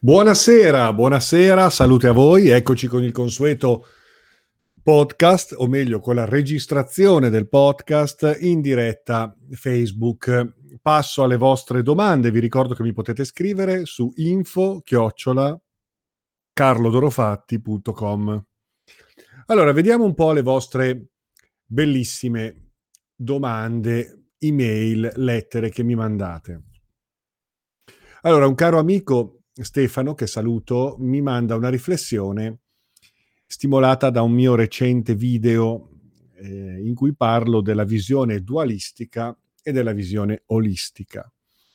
Buonasera, buonasera, salute a voi, eccoci con il consueto podcast, o meglio con la registrazione del podcast in diretta Facebook. Passo alle vostre domande, vi ricordo che mi potete scrivere su info@carlodorofatti.com. Allora, vediamo un po' le vostre bellissime domande, email, lettere che mi mandate. Allora, un caro amico, Stefano, che saluto, mi manda una riflessione stimolata da un mio recente video in cui parlo della visione dualistica e della visione olistica.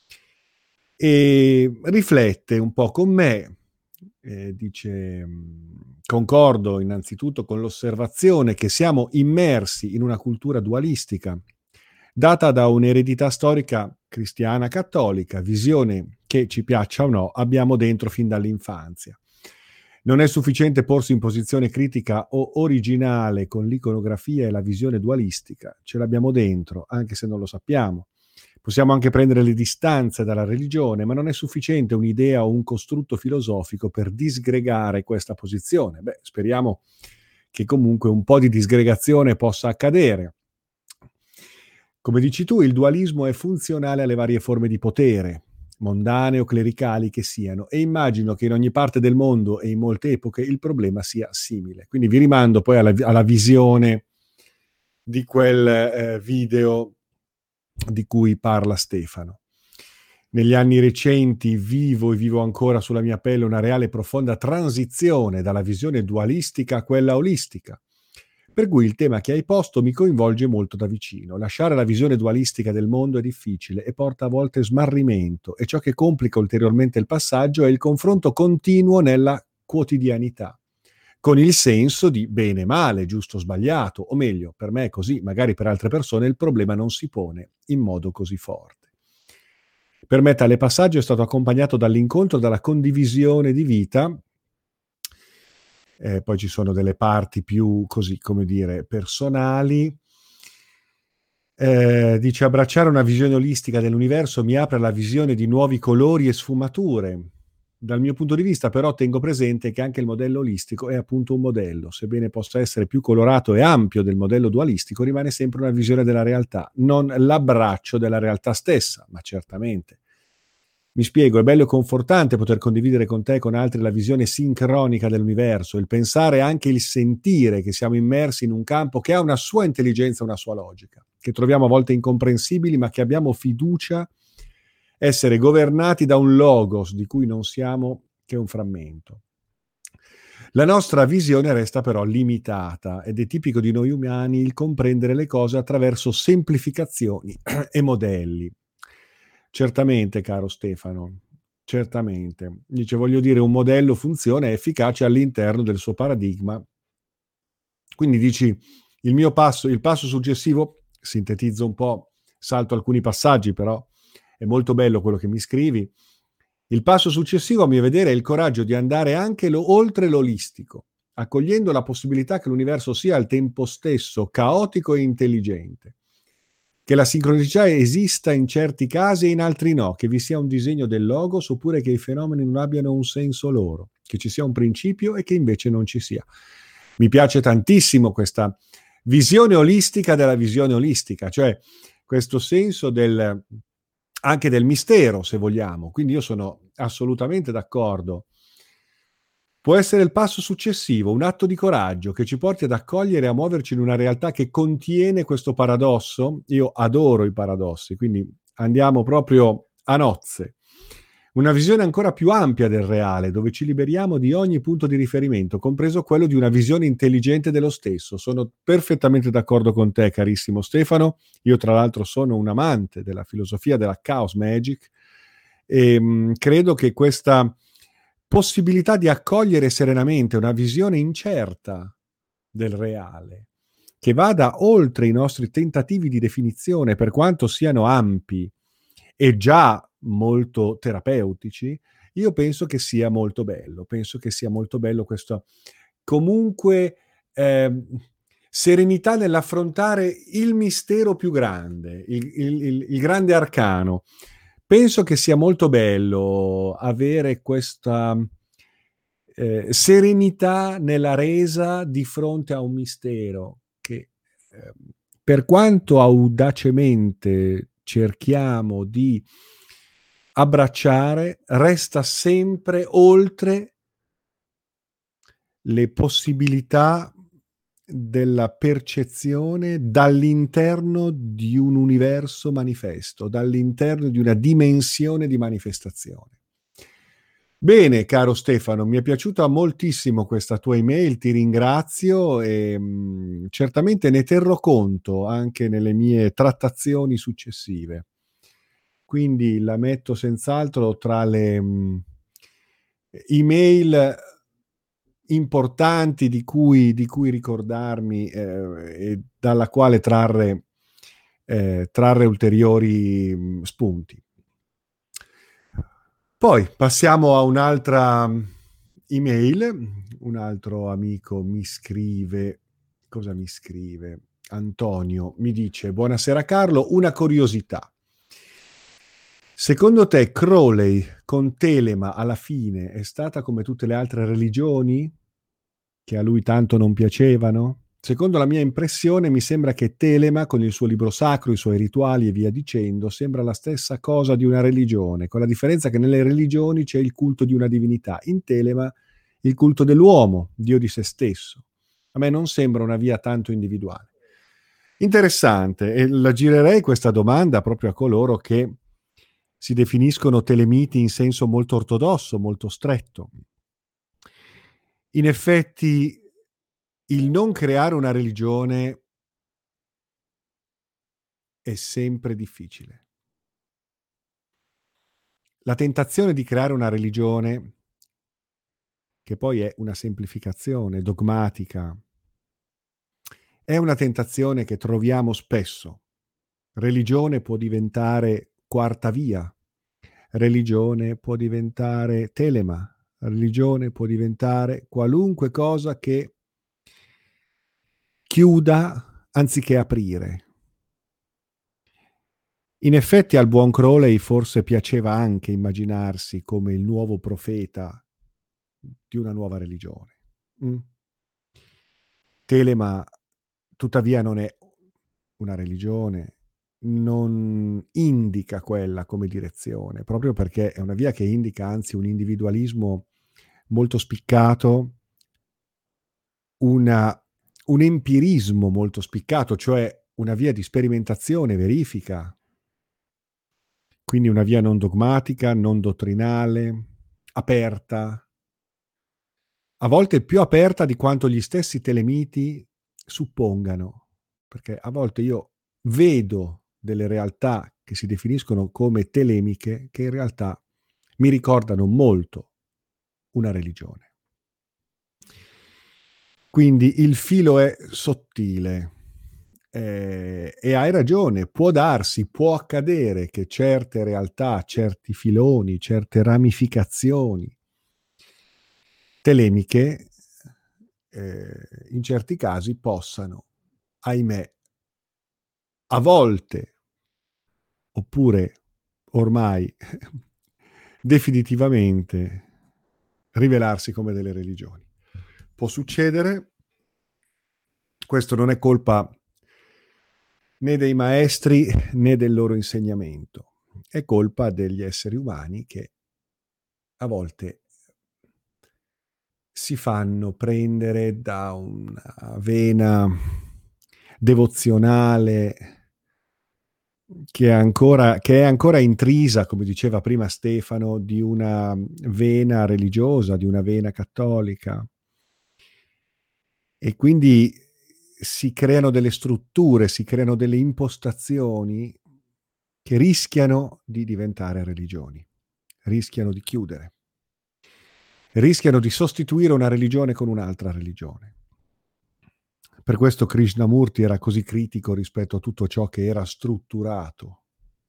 E riflette un po' con me, dice, concordo innanzitutto con l'osservazione che siamo immersi in una cultura dualistica, data da un'eredità storica cristiana cattolica, visione che, ci piaccia o no, abbiamo dentro fin dall'infanzia. Non è sufficiente porsi in posizione critica o originale con l'iconografia e la visione dualistica, ce l'abbiamo dentro, anche se non lo sappiamo. Possiamo anche prendere le distanze dalla religione, ma non è sufficiente un'idea o un costrutto filosofico per disgregare questa posizione. Beh, speriamo che comunque un po' di disgregazione possa accadere. Come dici tu, il dualismo è funzionale alle varie forme di potere, mondane o clericali che siano, e immagino che in ogni parte del mondo e in molte epoche il problema sia simile. Quindi vi rimando poi alla visione di quel video di cui parla Stefano. Negli anni recenti vivo ancora sulla mia pelle una reale e profonda transizione dalla visione dualistica a quella olistica. Per cui il tema che hai posto mi coinvolge molto da vicino. Lasciare la visione dualistica del mondo è difficile e porta a volte smarrimento, e ciò che complica ulteriormente il passaggio è il confronto continuo nella quotidianità, con il senso di bene e male, giusto o sbagliato, o meglio, per me è così, magari per altre persone il problema non si pone in modo così forte. Per me tale passaggio è stato accompagnato dall'incontro, dalla condivisione di vita. Poi ci sono delle parti più, così, come dire, personali. Dice: abbracciare una visione olistica dell'universo mi apre alla visione di nuovi colori e sfumature. Dal mio punto di vista, però, tengo presente che anche il modello olistico è appunto un modello. Sebbene possa essere più colorato e ampio del modello dualistico, rimane sempre una visione della realtà, non l'abbraccio della realtà stessa, ma certamente. Mi spiego, è bello e confortante poter condividere con te e con altri la visione sincronica dell'universo, il pensare e anche il sentire che siamo immersi in un campo che ha una sua intelligenza, una sua logica, che troviamo a volte incomprensibili, ma che abbiamo fiducia essere governati da un logos di cui non siamo che un frammento. La nostra visione resta però limitata ed è tipico di noi umani il comprendere le cose attraverso semplificazioni e modelli. Certamente, caro Stefano, certamente. Dice, voglio dire, un modello funziona, è efficace all'interno del suo paradigma. Quindi dici, il passo successivo, sintetizzo un po', salto alcuni passaggi, però è molto bello quello che mi scrivi. Il passo successivo, a mio vedere, è il coraggio di andare anche oltre l'olistico, accogliendo la possibilità che l'universo sia al tempo stesso caotico e intelligente, che la sincronicità esista in certi casi e in altri no, che vi sia un disegno del logos oppure che i fenomeni non abbiano un senso loro, che ci sia un principio e che invece non ci sia. Mi piace tantissimo questa visione olistica della visione olistica, cioè questo senso anche del mistero, se vogliamo. Quindi io sono assolutamente d'accordo. Può essere il passo successivo, un atto di coraggio che ci porti ad accogliere e a muoverci in una realtà che contiene questo paradosso. Io adoro i paradossi, quindi andiamo proprio a nozze. Una visione ancora più ampia del reale, dove ci liberiamo di ogni punto di riferimento, compreso quello di una visione intelligente dello stesso. Sono perfettamente d'accordo con te, carissimo Stefano. Io, tra l'altro, sono un amante della filosofia della Chaos Magic e credo che questa possibilità di accogliere serenamente una visione incerta del reale, che vada oltre i nostri tentativi di definizione, per quanto siano ampi e già molto terapeutici, io penso che sia molto bello. Penso che sia molto bello questo, comunque, serenità nell'affrontare il mistero più grande, il grande arcano. Penso che sia molto bello avere questa serenità nella resa di fronte a un mistero che, per quanto audacemente cerchiamo di abbracciare, resta sempre oltre le possibilità della percezione dall'interno di un universo manifesto, dall'interno di una dimensione di manifestazione. Bene, caro Stefano, mi è piaciuta moltissimo questa tua email, ti ringrazio e certamente ne terrò conto anche nelle mie trattazioni successive. Quindi la metto senz'altro tra le email importanti di cui ricordarmi e dalla quale trarre ulteriori spunti. Poi passiamo a un'altra email. Un altro amico mi scrive, cosa mi scrive? Antonio mi dice: buonasera Carlo, una curiosità. Secondo te Crowley con Telema alla fine è stata come tutte le altre religioni che a lui tanto non piacevano? Secondo la mia impressione mi sembra che Telema con il suo libro sacro, i suoi rituali e via dicendo, sembra la stessa cosa di una religione, con la differenza che nelle religioni c'è il culto di una divinità, in Telema il culto dell'uomo, Dio di se stesso. A me non sembra una via tanto individuale. Interessante, e la girerei questa domanda proprio a coloro che si definiscono telemiti in senso molto ortodosso, molto stretto. In effetti, il non creare una religione è sempre difficile. La tentazione di creare una religione, che poi è una semplificazione dogmatica, è una tentazione che troviamo spesso. Religione può diventare quarta via, religione può diventare telema, religione può diventare qualunque cosa che chiuda anziché aprire. In effetti al buon Crowley forse piaceva anche immaginarsi come il nuovo profeta di una nuova religione. Telema tuttavia non è una religione, non indica quella come direzione, proprio perché è una via che indica anzi un individualismo molto spiccato, un empirismo molto spiccato, cioè una via di sperimentazione, verifica, quindi una via non dogmatica, non dottrinale, aperta, a volte più aperta di quanto gli stessi telemiti suppongano, perché a volte io vedo delle realtà che si definiscono come telemiche che in realtà mi ricordano molto una religione. Quindi il filo è sottile e hai ragione, può darsi, può accadere che certe realtà, certi filoni, certe ramificazioni telemiche in certi casi possano, ahimè, a volte, oppure ormai definitivamente, rivelarsi come delle religioni. Può succedere, questo non è colpa né dei maestri né del loro insegnamento, è colpa degli esseri umani che a volte si fanno prendere da una vena devozionale che è ancora intrisa, come diceva prima Stefano, di una vena religiosa, di una vena cattolica. E quindi si creano delle strutture, si creano delle impostazioni che rischiano di diventare religioni, rischiano di chiudere, rischiano di sostituire una religione con un'altra religione. Per questo Krishnamurti era così critico rispetto a tutto ciò che era strutturato.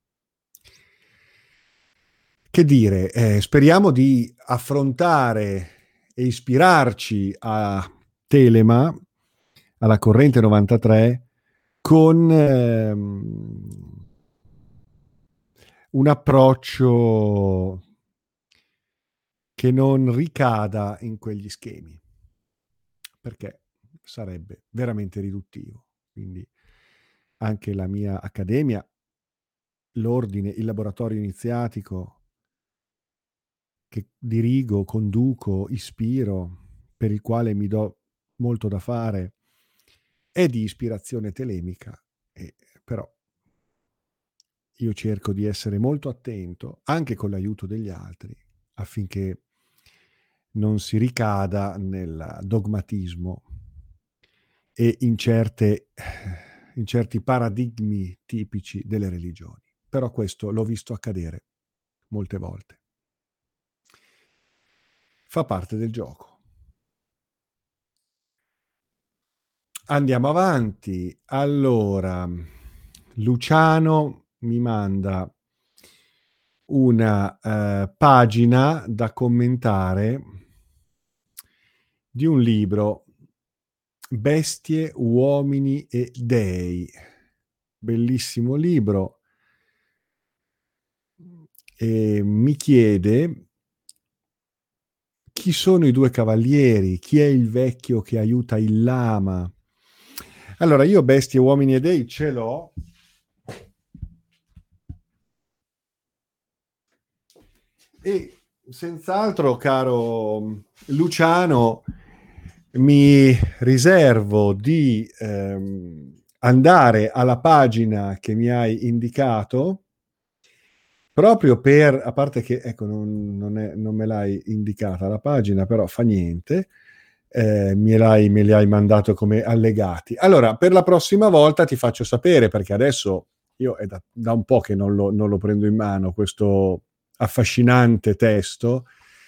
Che dire, speriamo di affrontare e ispirarci a Telema, alla corrente 93, con un approccio che non ricada in quegli schemi, perché sarebbe veramente riduttivo. Quindi anche la mia accademia, l'ordine, il laboratorio iniziatico che dirigo, conduco, ispiro, per il quale mi do molto da fare, è di ispirazione telemica, però io cerco di essere molto attento, anche con l'aiuto degli altri, affinché non si ricada nel dogmatismo e in certi paradigmi tipici delle religioni. Però questo l'ho visto accadere molte volte. Fa parte del gioco. Andiamo avanti. Allora, Luciano mi manda una pagina da commentare di un libro, Bestie, uomini e dei. Bellissimo libro. E mi chiede chi sono i due cavalieri, chi è il vecchio che aiuta il lama. Allora, io Bestie, uomini e dei ce l'ho. E senz'altro, caro Luciano, mi riservo di andare alla pagina che mi hai indicato, proprio per, a parte che, ecco, non me l'hai indicata la pagina, però fa niente, me li hai mandato come allegati. Allora, per la prossima volta ti faccio sapere, perché adesso io è da un po' che non lo prendo in mano questo affascinante testo.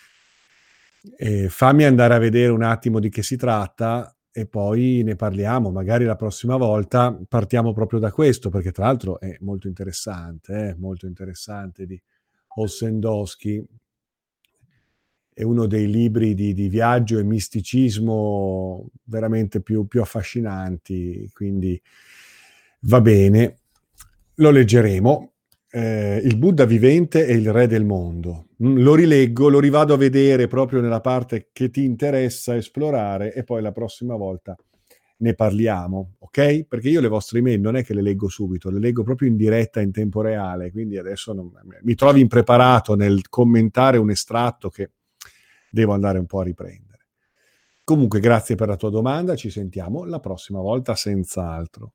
Fammi andare a vedere un attimo di che si tratta e poi ne parliamo. Magari la prossima volta partiamo proprio da questo, perché tra l'altro è molto interessante di Ossendowski. È uno dei libri di viaggio e misticismo veramente più affascinanti, quindi va bene, lo leggeremo. Il Buddha vivente e il re del mondo. Lo rileggo, lo rivado a vedere proprio nella parte che ti interessa esplorare e poi la prossima volta ne parliamo, ok? Perché io le vostre email non è che le leggo subito, le leggo proprio in diretta, in tempo reale, quindi adesso mi trovi impreparato nel commentare un estratto che devo andare un po' a riprendere. Comunque, grazie per la tua domanda, ci sentiamo la prossima volta, senz'altro.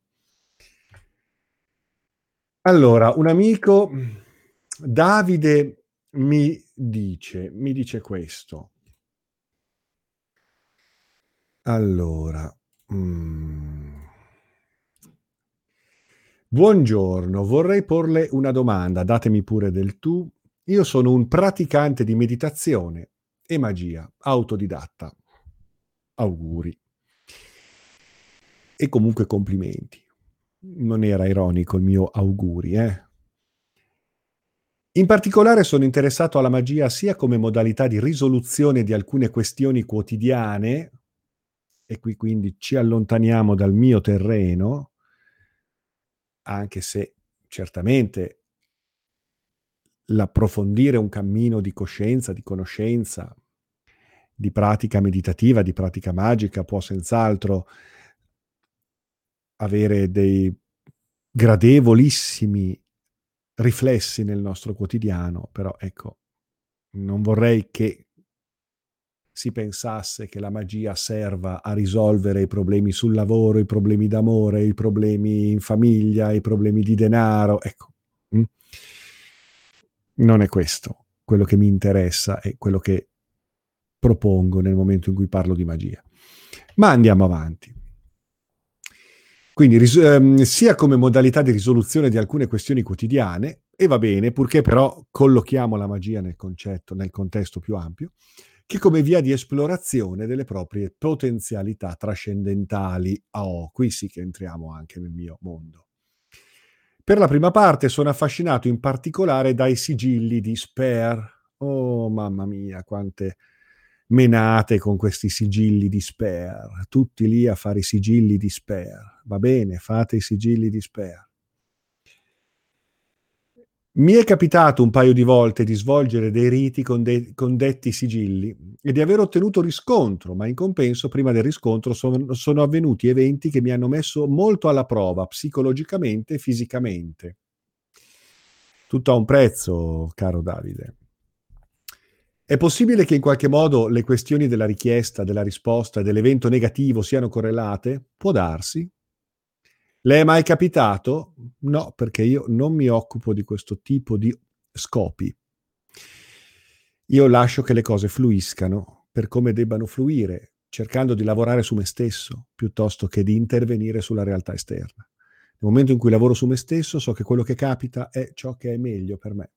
Allora, un amico, Davide, mi dice questo. Allora, buongiorno, vorrei porle una domanda, datemi pure del tu. Io sono un praticante di meditazione e magia, autodidatta. Auguri. E comunque complimenti. Non era ironico il mio auguri, eh? In particolare sono interessato alla magia sia come modalità di risoluzione di alcune questioni quotidiane, e qui quindi ci allontaniamo dal mio terreno, anche se certamente l'approfondire un cammino di coscienza, di conoscenza, di pratica meditativa, di pratica magica può senz'altro avere dei gradevolissimi riflessi nel nostro quotidiano, però ecco, non vorrei che si pensasse che la magia serva a risolvere i problemi sul lavoro, i problemi d'amore, i problemi in famiglia, i problemi di denaro, ecco. Non è questo quello che mi interessa e quello che propongo nel momento in cui parlo di magia. Ma andiamo avanti. Quindi sia come modalità di risoluzione di alcune questioni quotidiane, e va bene, purché però collochiamo la magia nel concetto, nel contesto più ampio, che come via di esplorazione delle proprie potenzialità trascendentali. Oh, qui sì che entriamo anche nel mio mondo. Per la prima parte sono affascinato in particolare dai sigilli di Sper. Oh, mamma mia, quante menate con questi sigilli di Sper. Tutti lì a fare i sigilli di Sper. Va bene, fate i sigilli di Sper. Mi è capitato un paio di volte di svolgere dei riti con detti sigilli e di aver ottenuto riscontro, ma in compenso, prima del riscontro, sono avvenuti eventi che mi hanno messo molto alla prova, psicologicamente e fisicamente. Tutto ha un prezzo, caro Davide. È possibile che in qualche modo le questioni della richiesta, della risposta e dell'evento negativo siano correlate? Può darsi. Le è mai capitato? No, perché io non mi occupo di questo tipo di scopi. Io lascio che le cose fluiscano per come debbano fluire, cercando di lavorare su me stesso piuttosto che di intervenire sulla realtà esterna. Nel momento in cui lavoro su me stesso, so che quello che capita è ciò che è meglio per me,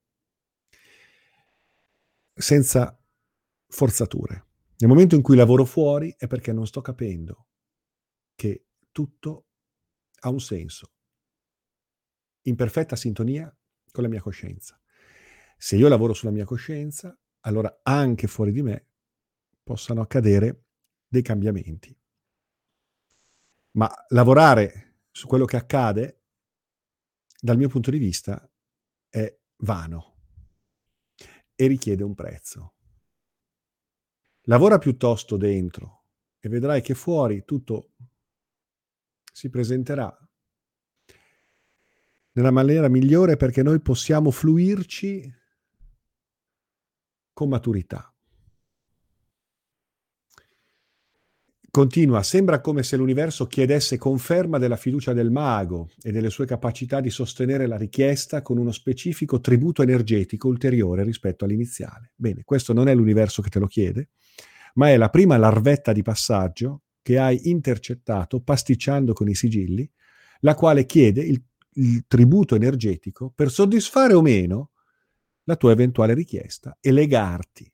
senza forzature. Nel momento in cui lavoro fuori è perché non sto capendo che tutto ha un senso, in perfetta sintonia con la mia coscienza. Se io lavoro sulla mia coscienza, allora anche fuori di me possano accadere dei cambiamenti. Ma lavorare su quello che accade, dal mio punto di vista, è vano e richiede un prezzo. Lavora piuttosto dentro e vedrai che fuori tutto si presenterà nella maniera migliore, perché noi possiamo fluirci con maturità. Continua, sembra come se l'universo chiedesse conferma della fiducia del mago e delle sue capacità di sostenere la richiesta con uno specifico tributo energetico ulteriore rispetto all'iniziale. Bene, questo non è l'universo che te lo chiede, ma è la prima larvetta di passaggio che hai intercettato pasticciando con i sigilli, la quale chiede il tributo energetico per soddisfare o meno la tua eventuale richiesta e legarti.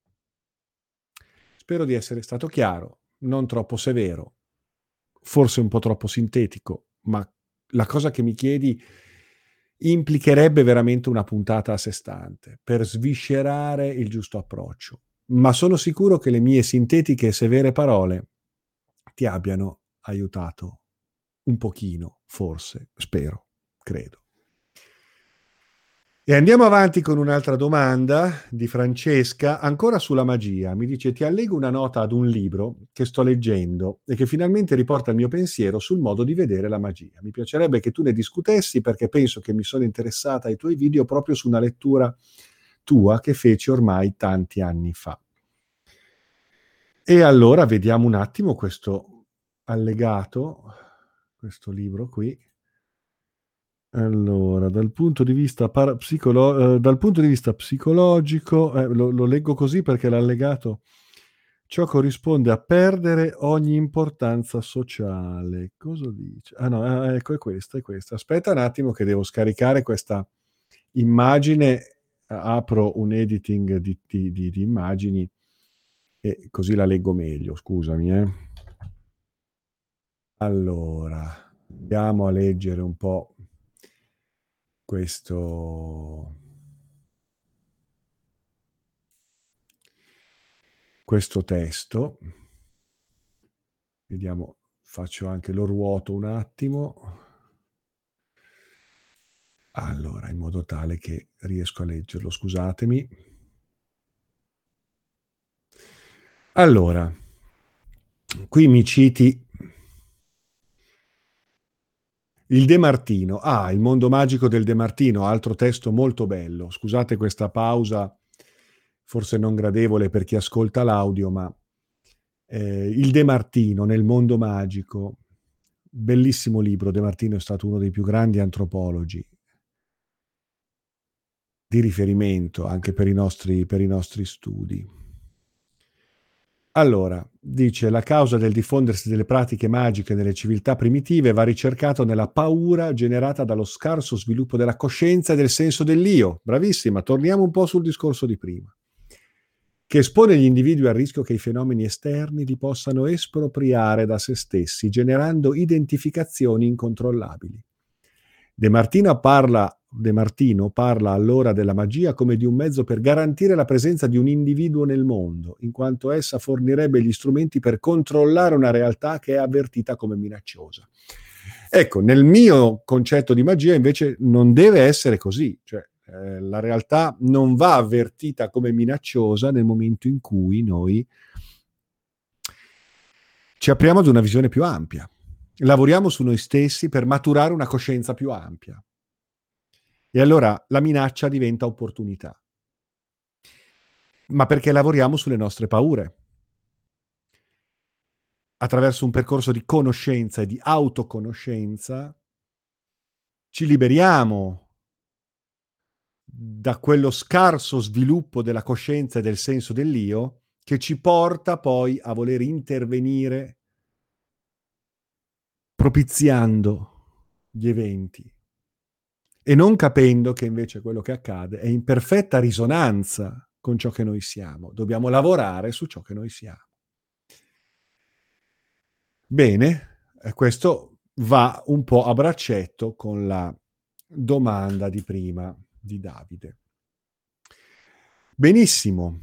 Spero di essere stato chiaro, non troppo severo, forse un po' troppo sintetico, ma la cosa che mi chiedi implicherebbe veramente una puntata a sé stante per sviscerare il giusto approccio. Ma sono sicuro che le mie sintetiche e severe parole ti abbiano aiutato un pochino, forse, spero, credo. E andiamo avanti con un'altra domanda di Francesca, ancora sulla magia. Mi dice: ti allego una nota ad un libro che sto leggendo e che finalmente riporta il mio pensiero sul modo di vedere la magia. Mi piacerebbe che tu ne discutessi, perché penso che mi sono interessata ai tuoi video proprio su una lettura tua che feci ormai tanti anni fa. E allora vediamo un attimo questo allegato, questo libro qui. Allora, dal punto di vista psicologico, lo leggo così perché l'allegato, ciò corrisponde a perdere ogni importanza sociale. Cosa dice? Ah no, ecco, è questa. Aspetta un attimo che devo scaricare questa immagine, apro un editing di immagini e così la leggo meglio, scusami. Allora, andiamo a leggere un po' questo testo. Vediamo, faccio anche lo ruoto un attimo. Allora, in modo tale che riesco a leggerlo, scusatemi. Allora, qui mi citi il De Martino. Il mondo magico del De Martino, altro testo molto bello. Scusate questa pausa, forse non gradevole per chi ascolta l'audio, ma il De Martino nel mondo magico, bellissimo libro. De Martino è stato uno dei più grandi antropologi di riferimento anche per i nostri studi. Allora, dice: la causa del diffondersi delle pratiche magiche nelle civiltà primitive va ricercato nella paura generata dallo scarso sviluppo della coscienza e del senso dell'io. Bravissima, torniamo un po' sul discorso di prima, che espone gli individui al rischio che i fenomeni esterni li possano espropriare da se stessi, generando identificazioni incontrollabili. De Martino parla allora della magia come di un mezzo per garantire la presenza di un individuo nel mondo, in quanto essa fornirebbe gli strumenti per controllare una realtà che è avvertita come minacciosa. Ecco, nel mio concetto di magia invece non deve essere così, cioè La realtà non va avvertita come minacciosa nel momento in cui noi ci apriamo ad una visione più ampia. Lavoriamo su noi stessi per maturare una coscienza più ampia. E allora la minaccia diventa opportunità. Ma perché lavoriamo sulle nostre paure. Attraverso un percorso di conoscenza e di autoconoscenza ci liberiamo da quello scarso sviluppo della coscienza e del senso dell'io che ci porta poi a voler intervenire propiziando gli eventi e non capendo che invece quello che accade è in perfetta risonanza con ciò che noi siamo. Dobbiamo lavorare su ciò che noi siamo. Bene, questo va un po' a braccetto con la domanda di prima di Davide. Benissimo.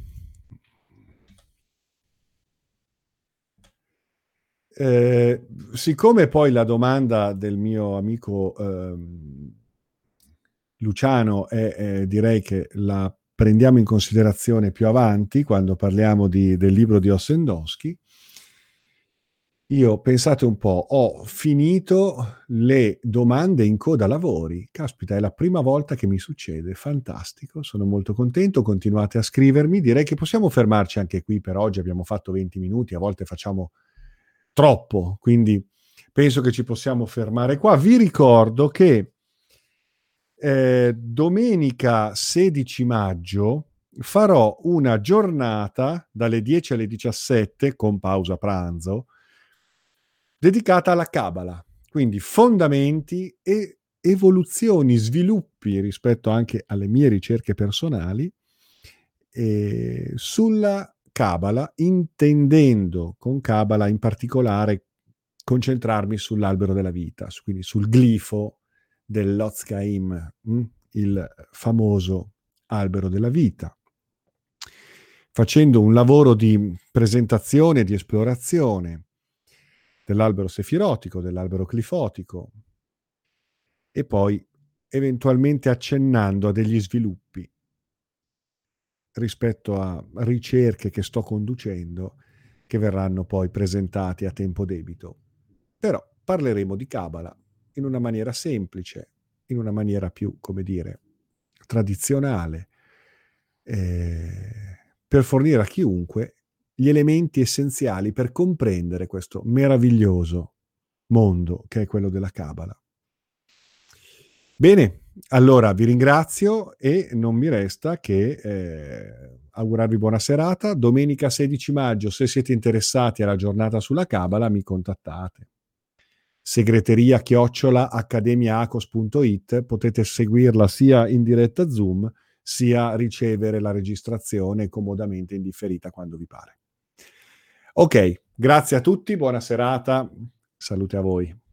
Siccome poi la domanda del mio amico Luciano direi che la prendiamo in considerazione più avanti quando parliamo del libro di Ossendowski. Io, pensate un po', ho finito le domande in coda lavori. Caspita, è la prima volta che mi succede. Fantastico, sono molto contento. Continuate a scrivermi. Direi che possiamo fermarci anche qui per oggi. Abbiamo fatto 20 minuti, a volte facciamo troppo, quindi penso che ci possiamo fermare qua. Vi ricordo che domenica 16 maggio farò una giornata dalle 10 alle 17 con pausa pranzo dedicata alla Cabala, quindi fondamenti e evoluzioni, sviluppi rispetto anche alle mie ricerche personali sulla Cabala, intendendo con Cabala in particolare concentrarmi sull'albero della vita, quindi sul glifo dell'Otzkaim, il famoso albero della vita, facendo un lavoro di presentazione e di esplorazione dell'albero sefirotico, dell'albero clifotico, e poi eventualmente accennando a degli sviluppi rispetto a ricerche che sto conducendo che verranno poi presentati a tempo debito. Però parleremo di Cabala in una maniera semplice, in una maniera più, come dire, tradizionale, per fornire a chiunque gli elementi essenziali per comprendere questo meraviglioso mondo che è quello della Cabala. Bene, allora vi ringrazio e non mi resta che augurarvi buona serata. Domenica 16 maggio, se siete interessati alla giornata sulla Cabala, mi contattate. segreteria@academiaacos.it, potete seguirla sia in diretta Zoom, sia ricevere la registrazione comodamente in differita quando vi pare. Ok, grazie a tutti, buona serata, salute a voi.